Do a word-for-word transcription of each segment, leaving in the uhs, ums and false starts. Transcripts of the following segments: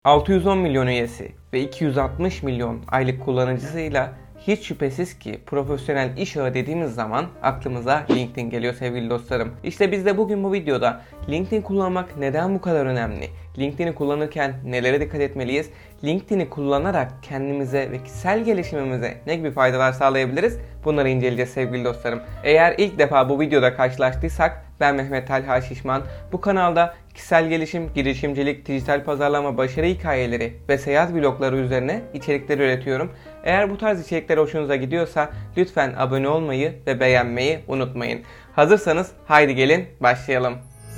altı yüz on milyon üyesi ve iki yüz altmış milyon aylık kullanıcısıyla hiç şüphesiz ki profesyonel iş ağı dediğimiz zaman aklımıza LinkedIn geliyor sevgili dostlarım. İşte biz de bugün bu videoda LinkedIn kullanmak neden bu kadar önemli? LinkedIn'i kullanırken nelere dikkat etmeliyiz? LinkedIn'i kullanarak kendimize ve kişisel gelişimimize ne gibi faydalar sağlayabiliriz? Bunları inceleyeceğiz sevgili dostlarım. Eğer ilk defa bu videoda karşılaştıysak ben Mehmet Talha Şişman. Bu kanalda kişisel gelişim, girişimcilik, dijital pazarlama, başarı hikayeleri ve seyahat vlogları üzerine içerikler üretiyorum. Eğer bu tarz içerikler hoşunuza gidiyorsa lütfen abone olmayı ve beğenmeyi unutmayın. Hazırsanız haydi gelin başlayalım.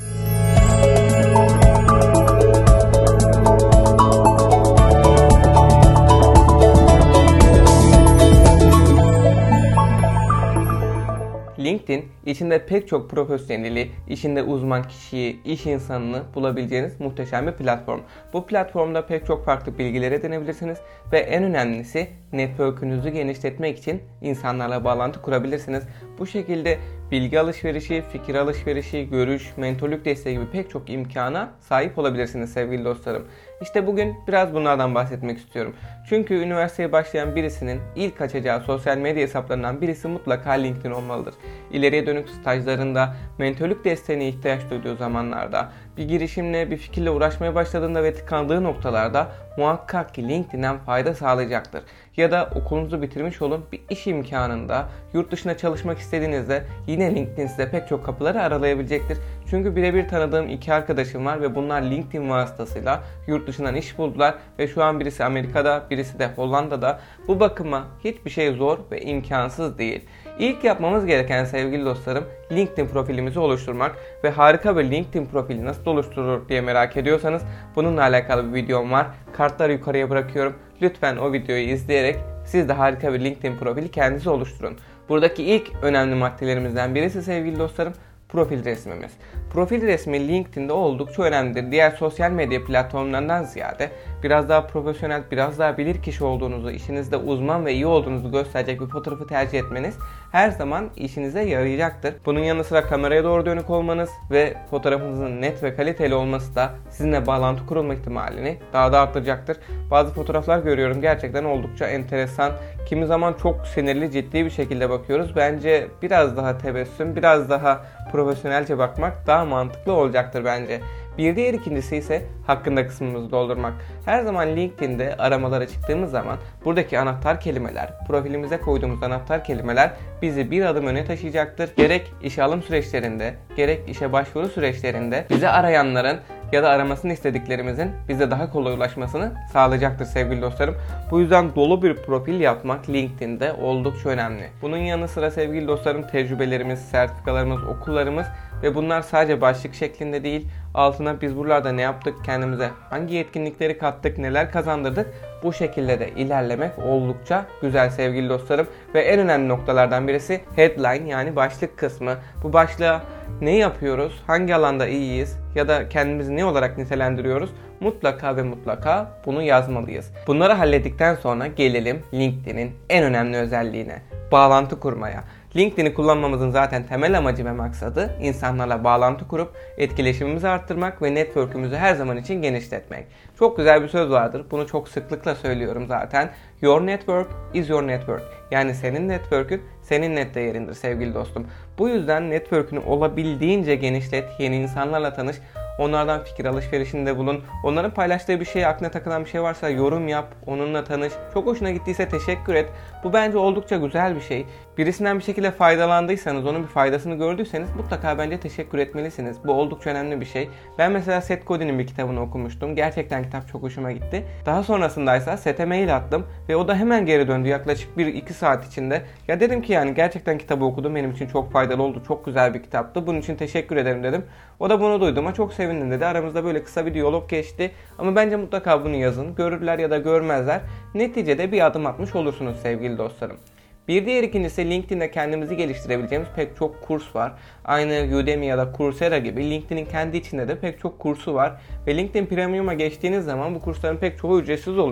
LinkedIn, içinde pek çok profesyoneli, işinde uzman kişiyi, iş insanını bulabileceğiniz muhteşem bir platform. Bu platformda pek çok farklı bilgiler edinebilirsiniz ve en önemlisi network'ünüzü genişletmek için insanlarla bağlantı kurabilirsiniz. Bu şekilde bilgi alışverişi, fikir alışverişi, görüş, mentorluk desteği gibi pek çok imkana sahip olabilirsiniz sevgili dostlarım. İşte bugün biraz bunlardan bahsetmek istiyorum. Çünkü üniversiteye başlayan birisinin ilk açacağı sosyal medya hesaplarından birisi mutlaka LinkedIn olmalıdır. İleriye dönük stajlarında, mentorluk desteğine ihtiyaç duyduğu zamanlarda, bir girişimle, bir fikirle uğraşmaya başladığında ve tıkandığı noktalarda muhakkak ki LinkedIn'den fayda sağlayacaktır. Ya da okulunuzu bitirmiş olun, bir iş imkanında, yurt dışına çalışmak istediğinizde yine LinkedIn size pek çok kapıları aralayabilecektir. Çünkü birebir tanıdığım iki arkadaşım var ve bunlar LinkedIn vasıtasıyla yurt dışından iş buldular ve şu an birisi Amerika'da, birisi de Hollanda'da. Bu bakıma hiçbir şey zor ve imkansız değil. İlk yapmamız gereken sevgili dostlarım LinkedIn profilimizi oluşturmak ve harika bir LinkedIn profili nasıl oluşturulur diye merak ediyorsanız bununla alakalı bir videom var. Kartları yukarıya bırakıyorum. Lütfen o videoyu izleyerek siz de harika bir LinkedIn profili kendinize oluşturun. Buradaki ilk önemli maddelerimizden birisi sevgili dostlarım profil resmimiz. Profil resmi LinkedIn'de oldukça önemlidir. Diğer sosyal medya platformlarından ziyade biraz daha profesyonel, biraz daha bilir kişi olduğunuzu, işinizde uzman ve iyi olduğunuzu gösterecek bir fotoğrafı tercih etmeniz her zaman işinize yarayacaktır. Bunun yanı sıra kameraya doğru dönük olmanız ve fotoğrafınızın net ve kaliteli olması da sizinle bağlantı kurulma ihtimalini daha da arttıracaktır. Bazı fotoğraflar görüyorum gerçekten oldukça enteresan. Kimi zaman çok sinirli, ciddi bir şekilde bakıyoruz. Bence biraz daha tebessüm, biraz daha profesyonelce bakmak daha mantıklı olacaktır bence. Bir diğer ikincisi ise hakkında kısmımızı doldurmak. Her zaman LinkedIn'de aramalara çıktığımız zaman buradaki anahtar kelimeler, profilimize koyduğumuz anahtar kelimeler bizi bir adım öne taşıyacaktır. Gerek işe alım süreçlerinde, gerek işe başvuru süreçlerinde bizi arayanların ya da aramasını istediklerimizin bize daha kolay ulaşmasını sağlayacaktır sevgili dostlarım. Bu yüzden dolu bir profil yapmak LinkedIn'de oldukça önemli. Bunun yanı sıra sevgili dostlarım tecrübelerimiz, sertifikalarımız, okullarımız ve bunlar sadece başlık şeklinde değil, altına biz buralarda ne yaptık, kendimize hangi yetkinlikleri kattık, neler kazandırdık, bu şekilde de ilerlemek oldukça güzel sevgili dostlarım. Ve en önemli noktalardan birisi headline yani başlık kısmı. Bu başlığa ne yapıyoruz, hangi alanda iyiyiz ya da kendimizi ne olarak nitelendiriyoruz mutlaka ve mutlaka bunu yazmalıyız. Bunları hallettikten sonra gelelim LinkedIn'in en önemli özelliğine, bağlantı kurmaya. LinkedIn'i kullanmamızın zaten temel amacı ve maksadı insanlarla bağlantı kurup etkileşimimizi arttırmak ve network'ümüzü her zaman için genişletmek. Çok güzel bir söz vardır. Bunu çok sıklıkla söylüyorum zaten. Your network is your network. Yani senin network'ün senin net değerindir sevgili dostum. Bu yüzden network'ünü olabildiğince genişlet, yeni insanlarla tanış. Onlardan fikir alışverişinde bulun. Onların paylaştığı bir şey, aklına takılan bir şey varsa yorum yap, onunla tanış. Çok hoşuna gittiyse teşekkür et. Bu bence oldukça güzel bir şey. Birisinden bir şekilde faydalandıysanız, onun bir faydasını gördüyseniz mutlaka bence teşekkür etmelisiniz. Bu oldukça önemli bir şey. Ben mesela Seth Godin'in bir kitabını okumuştum. Gerçekten kitap çok hoşuma gitti. Daha sonrasındaysa Seth'e mail attım ve o da hemen geri döndü yaklaşık bir iki saat içinde. Ya dedim ki yani gerçekten kitabı okudum. Benim için çok faydalı oldu. Çok güzel bir kitaptı. Bunun için teşekkür ederim dedim. O da bunu duyduğuma çok sevindim dedi. Aramızda böyle kısa bir diyalog geçti. Ama bence mutlaka bunu yazın. Görürler ya da görmezler. Neticede bir adım atmış olursunuz sevgili dostlarım. Bir diğer ikincisi LinkedIn'de kendimizi geliştirebileceğimiz pek çok kurs var. Aynı Udemy ya da Coursera gibi LinkedIn'in kendi içinde de pek çok kursu var. Ve LinkedIn Premium'a geçtiğiniz zaman bu kursların pek çoğu ücretsiz oluyor.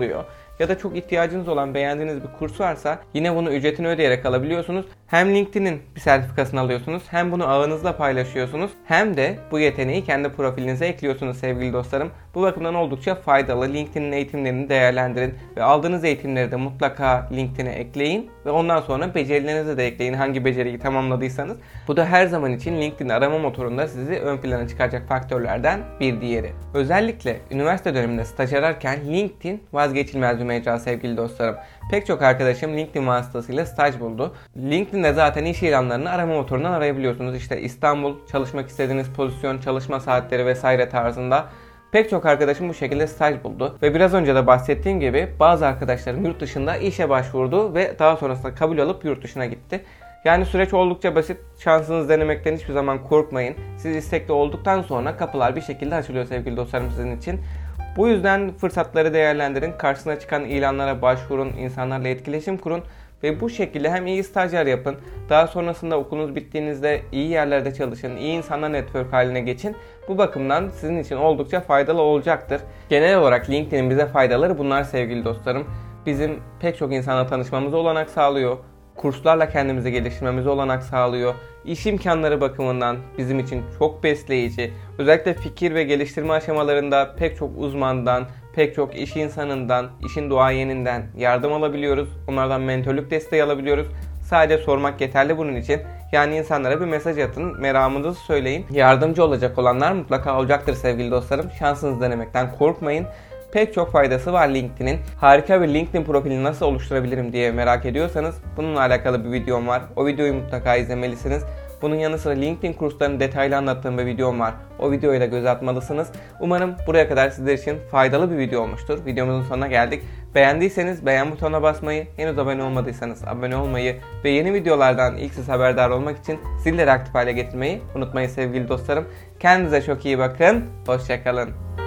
ya da çok ihtiyacınız olan beğendiğiniz bir kurs varsa yine bunu ücretini ödeyerek alabiliyorsunuz. Hem LinkedIn'in bir sertifikasını alıyorsunuz, hem bunu ağınızla paylaşıyorsunuz, hem de bu yeteneği kendi profilinize ekliyorsunuz sevgili dostlarım. Bu bakımdan oldukça faydalı. LinkedIn'in eğitimlerini değerlendirin ve aldığınız eğitimleri de mutlaka LinkedIn'e ekleyin ve ondan sonra becerilerinizi de ekleyin hangi beceriyi tamamladıysanız. Bu da her zaman için LinkedIn arama motorunda sizi ön plana çıkaracak faktörlerden bir diğeri. Özellikle üniversite döneminde staj ararken LinkedIn vazgeçilmez bir mecra sevgili dostlarım. Pek çok arkadaşım LinkedIn vasıtasıyla staj buldu. LinkedIn'de zaten iş ilanlarını arama motorundan arayabiliyorsunuz. İşte İstanbul, çalışmak istediğiniz pozisyon, çalışma saatleri vesaire tarzında. Pek çok arkadaşım bu şekilde staj buldu. Ve biraz önce de bahsettiğim gibi bazı arkadaşlarım yurt dışında işe başvurdu ve daha sonrasında kabul alıp yurt dışına gitti. Yani süreç oldukça basit. Şansınızı denemekten hiçbir zaman korkmayın. Siz istekli olduktan sonra kapılar bir şekilde açılıyor sevgili dostlarım sizin için. Bu yüzden fırsatları değerlendirin. Karşısına çıkan ilanlara başvurun, insanlarla etkileşim kurun. Ve bu şekilde hem iyi stajyer yapın, daha sonrasında okulunuz bittiğinizde iyi yerlerde çalışın, iyi insanlar network haline geçin. Bu bakımdan sizin için oldukça faydalı olacaktır. Genel olarak LinkedIn'in bize faydaları bunlar sevgili dostlarım. Bizim pek çok insanla tanışmamıza olanak sağlıyor. Kurslarla kendimizi geliştirmemize olanak sağlıyor. İş imkanları bakımından bizim için çok besleyici. Özellikle fikir ve geliştirme aşamalarında pek çok uzmandan, pek çok iş insanından, işin duayeninden yardım alabiliyoruz. Onlardan mentörlük desteği alabiliyoruz. Sadece sormak yeterli bunun için. Yani insanlara bir mesaj atın, meramınızı söyleyin. Yardımcı olacak olanlar mutlaka olacaktır sevgili dostlarım. Şansınızı denemekten korkmayın. Pek çok faydası var LinkedIn'in. Harika bir LinkedIn profili nasıl oluşturabilirim diye merak ediyorsanız bununla alakalı bir videom var. O videoyu mutlaka izlemelisiniz. Bunun yanı sıra LinkedIn kurslarını detaylı anlattığım bir videom var. O videoya da göz atmalısınız. Umarım buraya kadar sizler için faydalı bir video olmuştur. Videomuzun sonuna geldik. Beğendiyseniz beğen butonuna basmayı, henüz abone olmadıysanız abone olmayı ve yeni videolardan ilk siz haberdar olmak için zilleri aktif hale getirmeyi unutmayın sevgili dostlarım. Kendinize çok iyi bakın. Hoşça kalın.